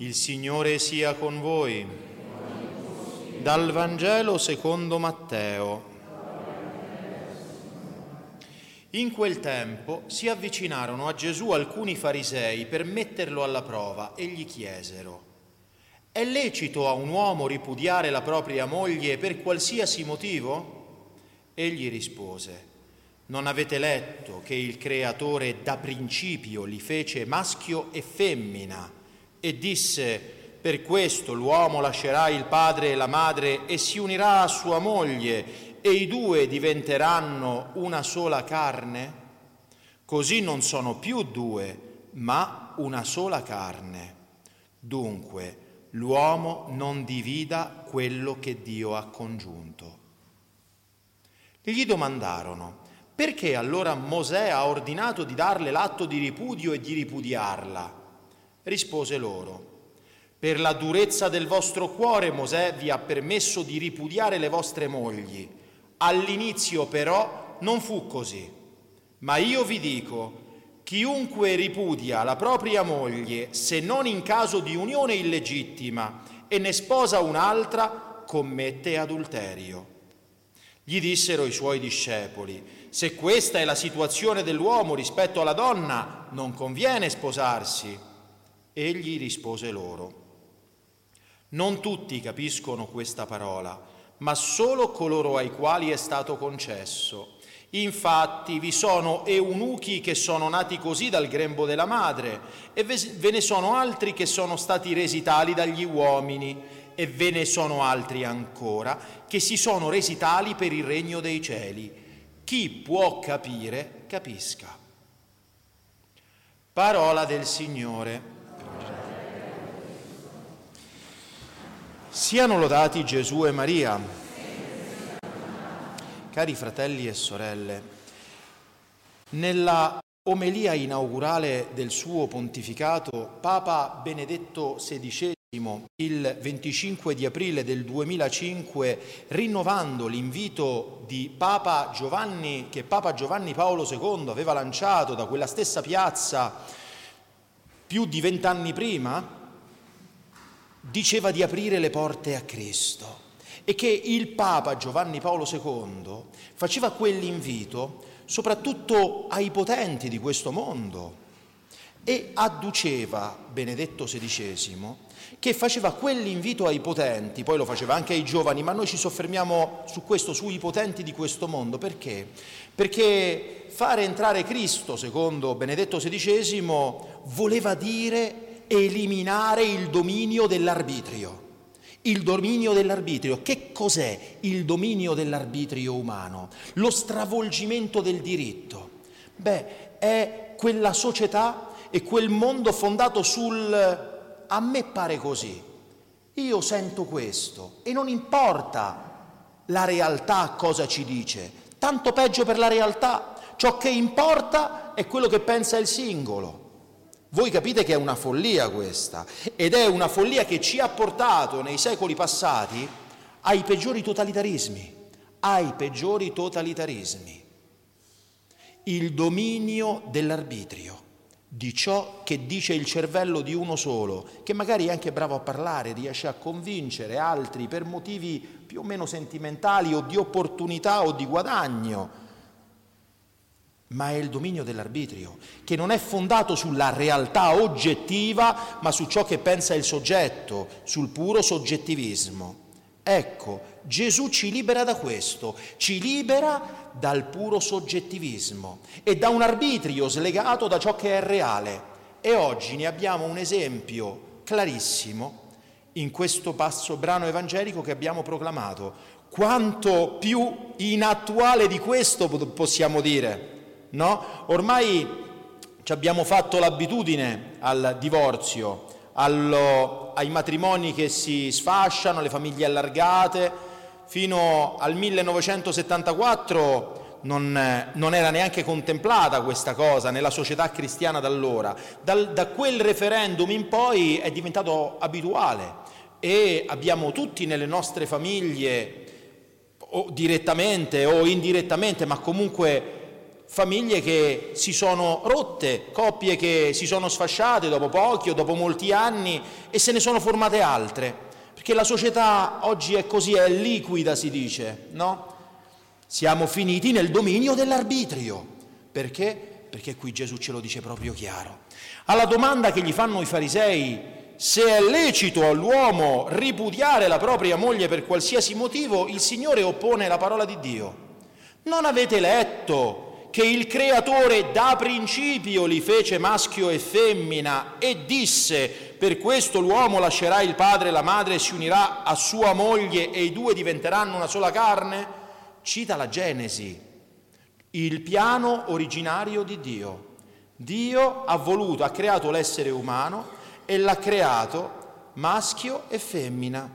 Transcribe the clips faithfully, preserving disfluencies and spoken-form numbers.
Il Signore sia con voi. Dal Vangelo secondo Matteo. In quel tempo si avvicinarono a Gesù alcuni farisei per metterlo alla prova e gli chiesero: «È lecito a un uomo ripudiare la propria moglie per qualsiasi motivo?» Egli rispose: «Non avete letto che il Creatore da principio li fece maschio e femmina e disse: per questo l'uomo lascerà il padre e la madre e si unirà a sua moglie e i due diventeranno una sola carne? Così non sono più due, ma una sola carne. Dunque, l'uomo non divida quello che Dio ha congiunto». Gli domandarono: «Perché allora Mosè ha ordinato di darle l'atto di ripudio e di ripudiarla?» Rispose loro: «Per la durezza del vostro cuore Mosè vi ha permesso di ripudiare le vostre mogli. All'inizio però non fu così. Ma io vi dico: chiunque ripudia la propria moglie, se non in caso di unione illegittima, e ne sposa un'altra, commette adulterio». Gli dissero i suoi discepoli: «Se questa è la situazione dell'uomo rispetto alla donna, non conviene sposarsi». Egli rispose loro: «Non tutti capiscono questa parola, ma solo coloro ai quali è stato concesso. Infatti vi sono eunuchi che sono nati così dal grembo della madre, e ve ne sono altri che sono stati resi tali dagli uomini, e ve ne sono altri ancora che si sono resi tali per il regno dei cieli. Chi può capire, capisca». Parola del Signore. Siano lodati Gesù e Maria. Cari fratelli e sorelle, nella omelia inaugurale del suo pontificato, Papa Benedetto sedicesimo, il venticinque di aprile del duemilacinque, rinnovando l'invito di Papa Giovanni, che Papa Giovanni Paolo secondo aveva lanciato da quella stessa piazza più di vent'anni prima, diceva di aprire le porte a Cristo, e che il Papa Giovanni Paolo secondo faceva quell'invito soprattutto ai potenti di questo mondo, e adduceva Benedetto sedicesimo che faceva quell'invito ai potenti, poi lo faceva anche ai giovani, ma noi ci soffermiamo su questo, sui potenti di questo mondo. Perché? Perché fare entrare Cristo, secondo Benedetto sedicesimo, voleva dire eliminare il dominio dell'arbitrio. Il dominio dell'arbitrio. Che cos'è il dominio dell'arbitrio umano? Lo stravolgimento del diritto. Beh, è quella società e quel mondo fondato sul «a me pare così, io sento questo», e non importa la realtà cosa ci dice, tanto peggio per la realtà. Ciò che importa è quello che pensa il singolo. Voi capite che è una follia questa, ed è una follia che ci ha portato nei secoli passati ai peggiori totalitarismi, ai peggiori totalitarismi. Il dominio dell'arbitrio, di ciò che dice il cervello di uno solo, che magari è anche bravo a parlare, riesce a convincere altri per motivi più o meno sentimentali o di opportunità o di guadagno. Ma è il dominio dell'arbitrio, che non è fondato sulla realtà oggettiva, ma su ciò che pensa il soggetto, sul puro soggettivismo. Ecco, Gesù ci libera da questo, ci libera dal puro soggettivismo e da un arbitrio slegato da ciò che è reale. E oggi ne abbiamo un esempio clarissimo in questo passo brano evangelico che abbiamo proclamato. Quanto più inattuale di questo possiamo dire? No? Ormai ci abbiamo fatto l'abitudine al divorzio, allo, ai matrimoni che si sfasciano, alle famiglie allargate. Fino al millenovecentosettantaquattro non, non era neanche contemplata questa cosa nella società cristiana d'allora. Dal, da quel referendum in poi è diventato abituale e abbiamo tutti nelle nostre famiglie, o direttamente o indirettamente, ma comunque famiglie che si sono rotte, coppie che si sono sfasciate dopo pochi o dopo molti anni e se ne sono formate altre, perché la società oggi è così, è liquida, si dice, no? Siamo finiti nel dominio dell'arbitrio. Perché? Perché qui Gesù ce lo dice proprio chiaro. Alla domanda che gli fanno i farisei, se è lecito all'uomo ripudiare la propria moglie per qualsiasi motivo, il Signore oppone la parola di Dio. Non avete letto che il Creatore da principio li fece maschio e femmina e disse: per questo l'uomo lascerà il padre e la madre e si unirà a sua moglie e i due diventeranno una sola carne? Cita la Genesi, il piano originario di Dio. Dio ha voluto, ha creato l'essere umano e l'ha creato maschio e femmina.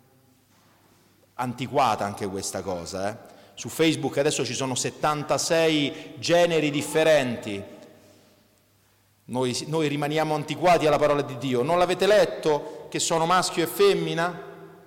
Antiquata anche questa cosa, eh? Su Facebook adesso ci sono settantasei generi differenti. Noi, noi rimaniamo antiquati alla parola di Dio. Non l'avete letto che sono maschio e femmina?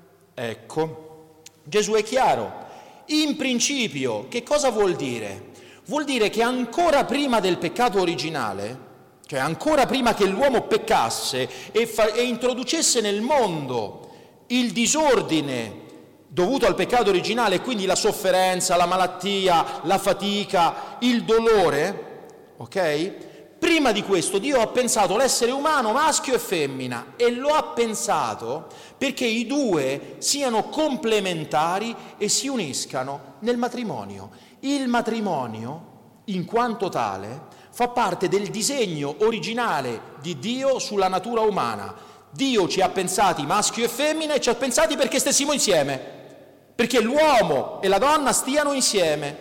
Ecco, Gesù è chiaro. In principio, che cosa vuol dire? Vuol dire che ancora prima del peccato originale, cioè ancora prima che l'uomo peccasse e, fa, e introducesse nel mondo il disordine dovuto al peccato originale, quindi la sofferenza, la malattia, la fatica, il dolore, ok? Prima di questo Dio ha pensato l'essere umano maschio e femmina e lo ha pensato perché i due siano complementari e si uniscano nel matrimonio. Il matrimonio, in quanto tale, fa parte del disegno originale di Dio sulla natura umana. Dio ci ha pensati maschio e femmina e ci ha pensati perché stessimo insieme, perché l'uomo e la donna stiano insieme.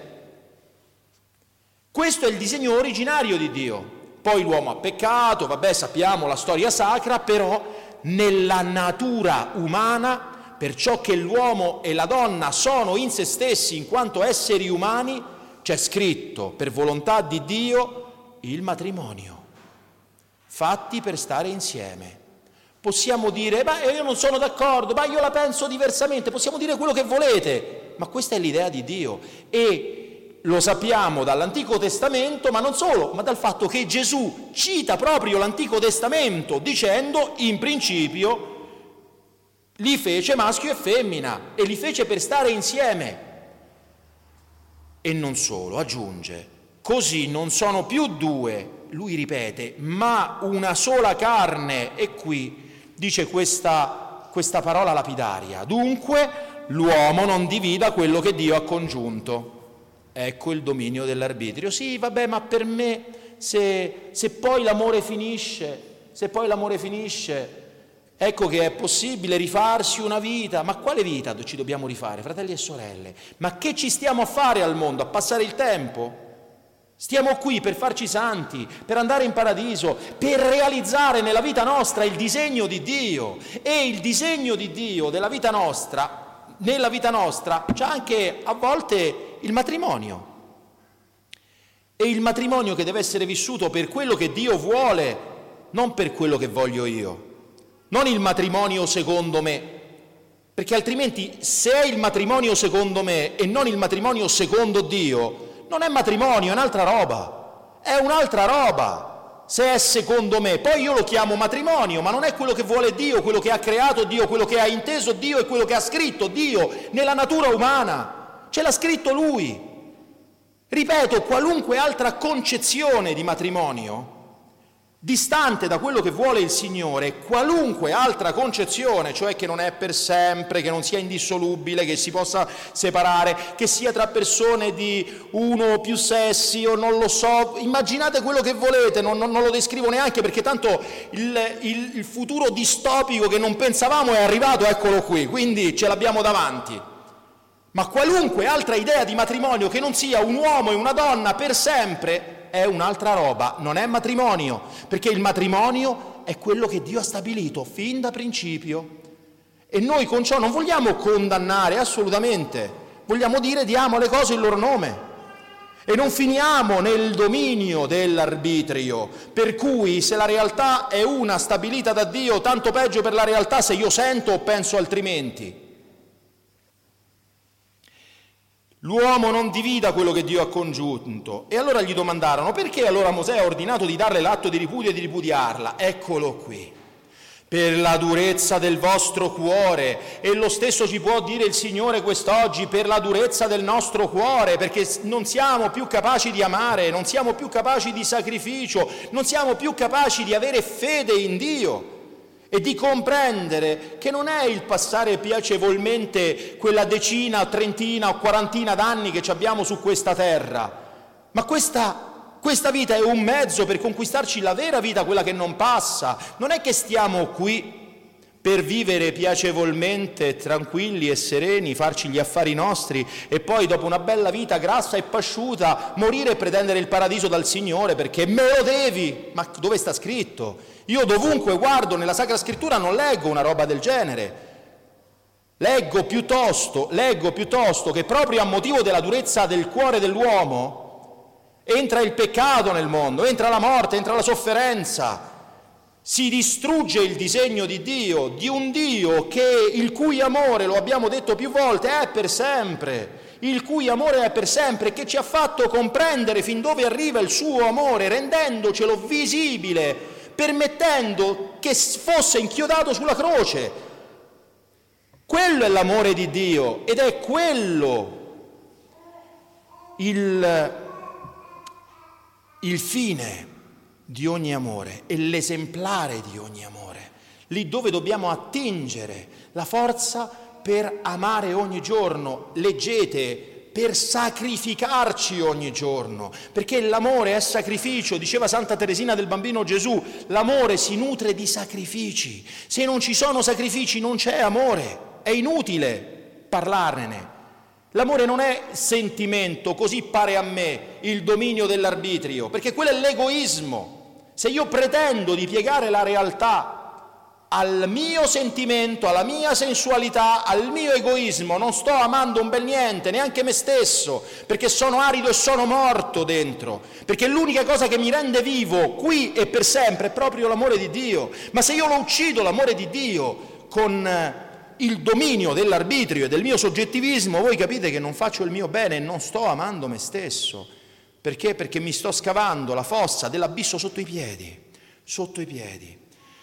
Questo è il disegno originario di Dio. Poi l'uomo ha peccato, vabbè, sappiamo la storia sacra, però nella natura umana, per ciò che l'uomo e la donna sono in se stessi in quanto esseri umani, c'è scritto per volontà di Dio il matrimonio, fatti per stare insieme. Possiamo dire, ma io non sono d'accordo, ma io la penso diversamente, possiamo dire quello che volete, ma questa è l'idea di Dio e lo sappiamo dall'Antico Testamento, ma non solo, ma dal fatto che Gesù cita proprio l'Antico Testamento dicendo in principio li fece maschio e femmina e li fece per stare insieme. E non solo, aggiunge, così non sono più due, lui ripete, ma una sola carne. E qui dice questa, questa parola lapidaria, dunque l'uomo non divida quello che Dio ha congiunto. Ecco il dominio dell'arbitrio. Sì, vabbè, ma per me se, se poi l'amore finisce, se poi l'amore finisce, ecco che è possibile rifarsi una vita. Ma quale vita ci dobbiamo rifare, fratelli e sorelle? Ma che ci stiamo a fare al mondo? A passare il tempo? Stiamo qui per farci santi, per andare in paradiso, per realizzare nella vita nostra il disegno di Dio. E il disegno di Dio della vita nostra, nella vita nostra, c'è anche a volte il matrimonio. E il matrimonio che deve essere vissuto per quello che Dio vuole, non per quello che voglio io. Non il matrimonio secondo me, perché altrimenti se è il matrimonio secondo me e non il matrimonio secondo Dio, non è matrimonio, è un'altra roba, è un'altra roba se è secondo me. Poi io lo chiamo matrimonio, ma non è quello che vuole Dio, quello che ha creato Dio, quello che ha inteso Dio e quello che ha scritto Dio nella natura umana, ce l'ha scritto Lui. Ripeto, qualunque altra concezione di matrimonio distante da quello che vuole il Signore, qualunque altra concezione, cioè che non è per sempre, che non sia indissolubile, che si possa separare, che sia tra persone di uno o più sessi o non lo so, immaginate quello che volete, non, non, non lo descrivo neanche perché tanto il, il, il futuro distopico che non pensavamo è arrivato, eccolo qui, quindi ce l'abbiamo davanti. Ma qualunque altra idea di matrimonio che non sia un uomo e una donna per sempre è un'altra roba, non è matrimonio, perché il matrimonio è quello che Dio ha stabilito fin da principio. E noi con ciò non vogliamo condannare assolutamente, vogliamo dire diamo alle cose il loro nome. E non finiamo nel dominio dell'arbitrio, per cui se la realtà è una stabilita da Dio, tanto peggio per la realtà se io sento o penso altrimenti. L'uomo non divida quello che Dio ha congiunto. E allora gli domandarono: perché allora Mosè ha ordinato di darle l'atto di ripudio e di ripudiarla? Eccolo qui. Per la durezza del vostro cuore. E lo stesso ci può dire il Signore quest'oggi, per la durezza del nostro cuore, perché non siamo più capaci di amare, non siamo più capaci di sacrificio, non siamo più capaci di avere fede in Dio e di comprendere che non è il passare piacevolmente quella decina, trentina o quarantina d'anni che abbiamo su questa terra, ma questa, questa vita è un mezzo per conquistarci la vera vita, quella che non passa. Non è che stiamo qui per vivere piacevolmente, tranquilli e sereni, farci gli affari nostri e poi dopo una bella vita grassa e pasciuta morire e pretendere il paradiso dal Signore perché me lo devi. Ma dove sta scritto? Io dovunque guardo nella Sacra Scrittura non leggo una roba del genere. Leggo piuttosto, leggo piuttosto che proprio a motivo della durezza del cuore dell'uomo entra il peccato nel mondo, entra la morte, entra la sofferenza. Si distrugge il disegno di Dio, di un Dio che, il cui amore, lo abbiamo detto più volte, è per sempre, il cui amore è per sempre e che ci ha fatto comprendere fin dove arriva il suo amore, rendendocelo visibile, permettendo che fosse inchiodato sulla croce. Quello è l'amore di Dio ed è quello il, il fine di ogni amore e l'esemplare di ogni amore, lì dove dobbiamo attingere la forza per amare ogni giorno. Leggete, per sacrificarci ogni giorno, perché l'amore è sacrificio. Diceva Santa Teresina del Bambino Gesù, l'amore si nutre di sacrifici. Se non ci sono sacrifici non c'è amore, è inutile parlarne. L'amore non è sentimento, così pare a me, il dominio dell'arbitrio, perché quello è l'egoismo. Se io pretendo di piegare la realtà al mio sentimento, alla mia sensualità, al mio egoismo, non sto amando un bel niente, neanche me stesso, perché sono arido e sono morto dentro, perché l'unica cosa che mi rende vivo qui e per sempre è proprio l'amore di Dio. Ma se io lo uccido, l'amore di Dio, con il dominio dell'arbitrio e del mio soggettivismo, voi capite che non faccio il mio bene e non sto amando me stesso. Perché? Perché mi sto scavando la fossa dell'abisso sotto i piedi, sotto i piedi.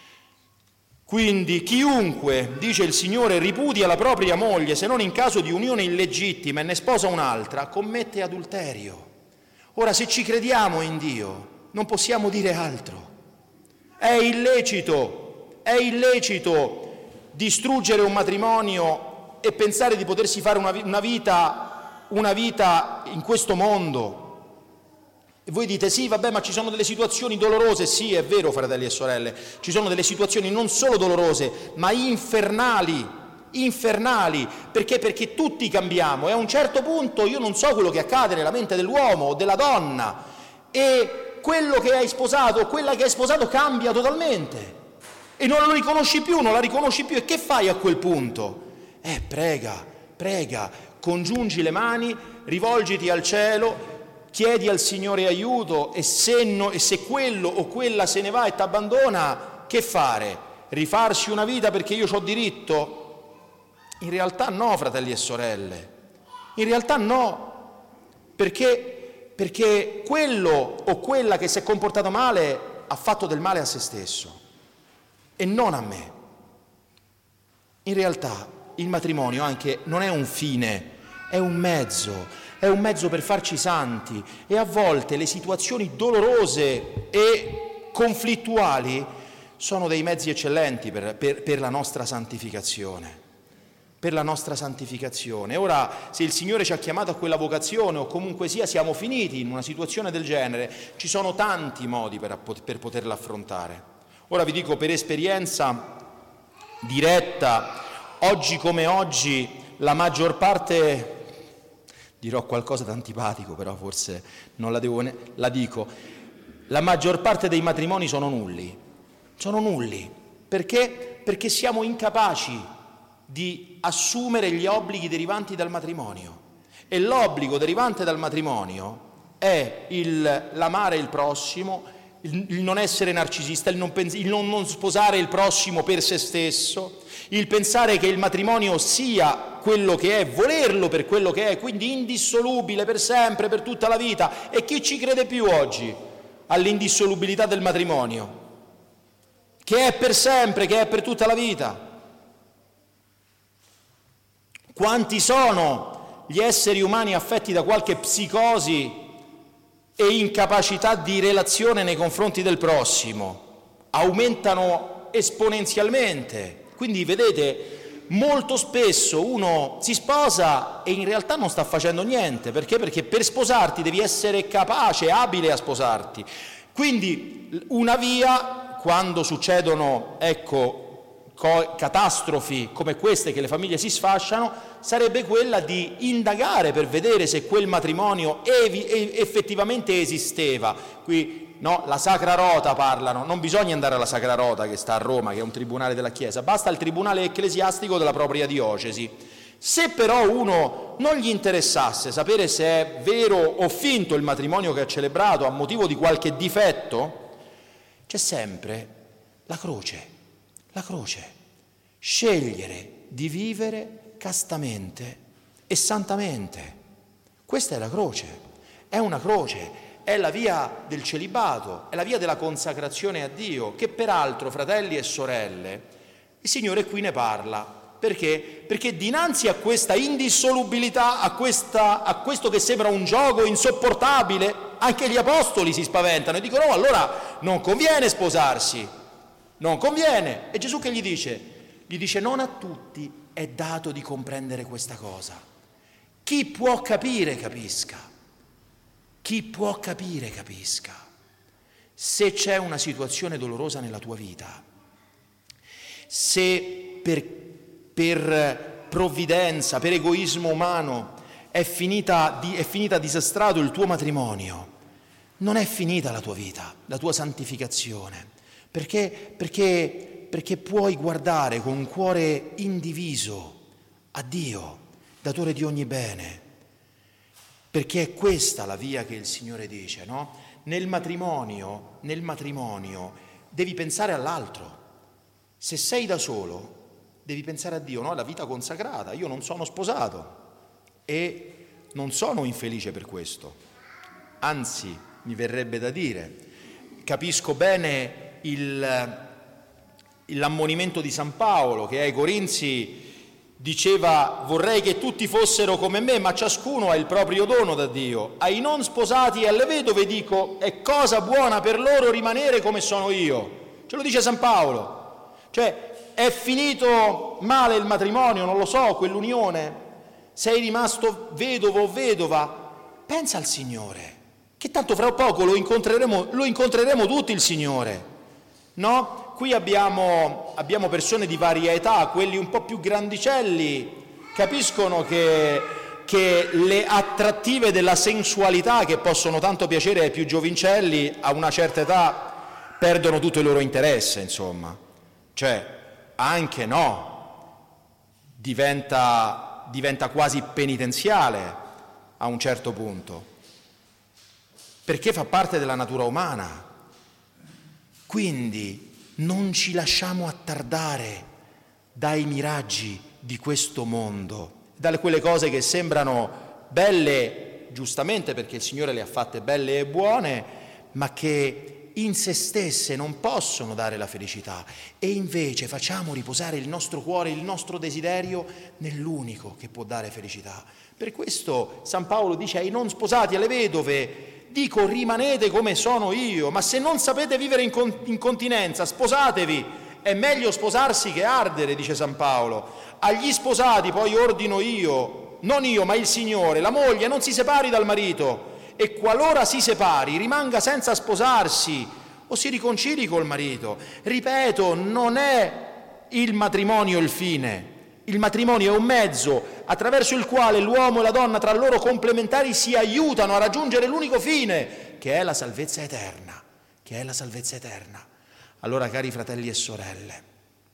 Quindi chiunque, dice il Signore, ripudia la propria moglie, se non in caso di unione illegittima e ne sposa un'altra, commette adulterio. Ora, se ci crediamo in Dio, non possiamo dire altro. È illecito, è illecito distruggere un matrimonio e pensare di potersi fare una, una vita, una vita in questo mondo. E voi dite, sì, vabbè, ma ci sono delle situazioni dolorose. Sì, è vero, fratelli e sorelle, ci sono delle situazioni non solo dolorose, ma infernali, infernali. Perché? Perché tutti cambiamo e a un certo punto io non so quello che accade nella mente dell'uomo o della donna e quello che hai sposato o quella che hai sposato cambia totalmente e non lo riconosci più, non la riconosci più. E che fai a quel punto? Eh, prega, prega, congiungi le mani, rivolgiti al cielo, chiedi al Signore aiuto e se, no, e se quello o quella se ne va e ti abbandona, che fare? Rifarsi una vita perché io ho diritto? In realtà no, fratelli e sorelle, in realtà no, perché, perché quello o quella che si è comportato male ha fatto del male a se stesso e non a me. In realtà il matrimonio anche non è un fine, è un mezzo. È un mezzo per farci santi e a volte le situazioni dolorose e conflittuali sono dei mezzi eccellenti per, per, per la nostra santificazione, per la nostra santificazione. Ora, se il Signore ci ha chiamato a quella vocazione o comunque sia siamo finiti in una situazione del genere, ci sono tanti modi per, per poterla affrontare. Ora vi dico per esperienza diretta, oggi come oggi la maggior parte... Dirò qualcosa d'antipatico, però forse non la devo ne... la dico. La maggior parte dei matrimoni sono nulli. Sono nulli. Perché? Perché siamo incapaci di assumere gli obblighi derivanti dal matrimonio. E l'obbligo derivante dal matrimonio è il, l'amare il prossimo il, il non essere narcisista, il, non, pens- il non, non sposare il prossimo per se stesso, il pensare che il matrimonio sia quello che è, volerlo per quello che è, quindi indissolubile per sempre, per tutta la vita. E chi ci crede più oggi all'indissolubilità del matrimonio? Che è per sempre, che è per tutta la vita? Quanti sono gli esseri umani affetti da qualche psicosi e incapacità di relazione nei confronti del prossimo? Aumentano esponenzialmente. Quindi vedete, molto spesso uno si sposa e in realtà non sta facendo niente. Perché? Perché per sposarti devi essere capace, abile a sposarti. Quindi una via, quando succedono, ecco, catastrofi come queste che le famiglie si sfasciano, sarebbe quella di indagare per vedere se quel matrimonio evi- effettivamente esisteva. Qui no, la Sacra Rota parlano, non bisogna andare alla Sacra Rota che sta a Roma, che è un tribunale della Chiesa, basta il tribunale ecclesiastico della propria diocesi. Se però uno non gli interessasse sapere se è vero o finto il matrimonio che ha celebrato a motivo di qualche difetto, c'è sempre la croce. La croce, scegliere di vivere castamente e santamente. Questa è la croce, è una croce, è la via del celibato, è la via della consacrazione a Dio, che peraltro, fratelli e sorelle, il Signore qui ne parla. Perché? Perché dinanzi a questa indissolubilità, a, questa, a questo che sembra un gioco insopportabile, anche gli apostoli si spaventano e dicono: no, allora non conviene sposarsi. Non conviene. E Gesù che gli dice? Gli dice: non a tutti è dato di comprendere questa cosa. Chi può capire, capisca. Chi può capire, capisca. Se c'è una situazione dolorosa nella tua vita, se per, per provvidenza, per egoismo umano è finita, è finita disastrato il tuo matrimonio, non è finita la tua vita, la tua santificazione. Perché, perché, perché puoi guardare con un cuore indiviso a Dio, datore di ogni bene, perché è questa la via che il Signore dice, no? Nel matrimonio, nel matrimonio devi pensare all'altro. Se sei da solo, devi pensare a Dio, no? La vita consacrata. Io non sono sposato e non sono infelice per questo. Anzi, mi verrebbe da dire, capisco bene Il, l'ammonimento di San Paolo che ai Corinzi diceva: vorrei che tutti fossero come me, ma ciascuno ha il proprio dono da Dio. Ai non sposati e alle vedove dico: è cosa buona per loro rimanere come sono io. Ce lo dice San Paolo. Cioè, è finito male il matrimonio, non lo so, quell'unione, sei rimasto vedovo o vedova, pensa al Signore, che tanto fra poco lo incontreremo, lo incontreremo tutti il Signore. No? Qui abbiamo, abbiamo persone di varia età, quelli un po' più grandicelli capiscono che, che le attrattive della sensualità che possono tanto piacere ai più giovincelli a una certa età perdono tutto il loro interesse, insomma. Cioè, anche no, diventa, diventa quasi penitenziale a un certo punto, perché fa parte della natura umana. Quindi non ci lasciamo attardare dai miraggi di questo mondo, da quelle cose che sembrano belle, giustamente perché il Signore le ha fatte belle e buone, ma che in se stesse non possono dare la felicità. E invece facciamo riposare il nostro cuore, il nostro desiderio nell'unico che può dare felicità. Per questo San Paolo dice ai non sposati, alle vedove, dico rimanete come sono io, ma se non sapete vivere in, con- in continenza, sposatevi, è meglio sposarsi che ardere, dice San Paolo. Agli sposati poi ordino io, non io ma il Signore, la moglie non si separi dal marito e qualora si separi rimanga senza sposarsi o si riconcili col marito. Ripeto, non è il matrimonio il fine. Il matrimonio è un mezzo attraverso il quale l'uomo e la donna tra loro complementari si aiutano a raggiungere l'unico fine, che è la salvezza eterna, che è la salvezza eterna. Allora, cari fratelli e sorelle,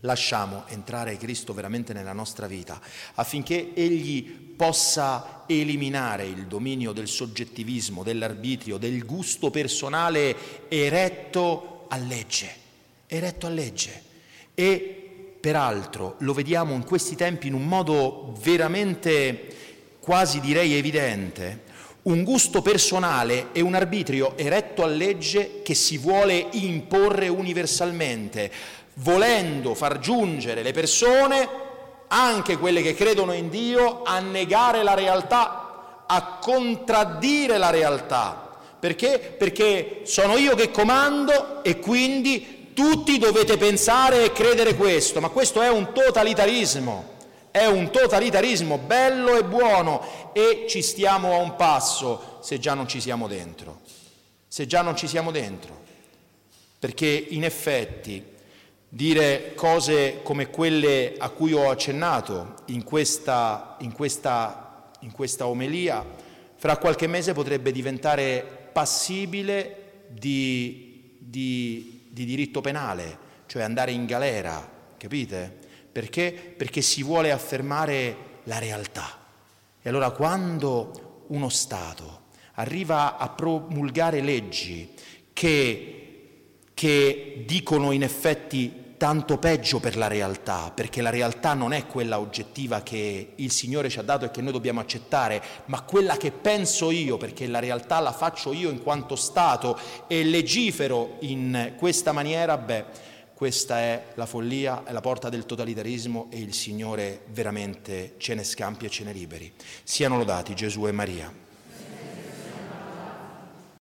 lasciamo entrare Cristo veramente nella nostra vita, affinché Egli possa eliminare il dominio del soggettivismo, dell'arbitrio, del gusto personale eretto a legge, eretto a legge. E peraltro lo vediamo in questi tempi in un modo veramente quasi direi evidente, un gusto personale e un arbitrio eretto a legge che si vuole imporre universalmente, volendo far giungere le persone, anche quelle che credono in Dio, a negare la realtà, a contraddire la realtà. Perché? Perché sono io che comando e quindi tutti dovete pensare e credere questo, ma questo è un totalitarismo. È un totalitarismo bello e buono e ci stiamo a un passo se già non ci siamo dentro, se già non ci siamo dentro, perché in effetti dire cose come quelle a cui ho accennato in questa, in questa, in questa omelia, fra qualche mese potrebbe diventare passibile di, di, di diritto penale, cioè andare in galera, capite? Perché? Perché si vuole affermare la realtà. E allora quando uno Stato arriva a promulgare leggi che, che dicono in effetti tanto peggio per la realtà, perché la realtà non è quella oggettiva che il Signore ci ha dato e che noi dobbiamo accettare, ma quella che penso io, perché la realtà la faccio io in quanto Stato e legifero in questa maniera, beh, questa è la follia, è la porta del totalitarismo e il Signore veramente ce ne scampi e ce ne liberi. Siano lodati Gesù e Maria.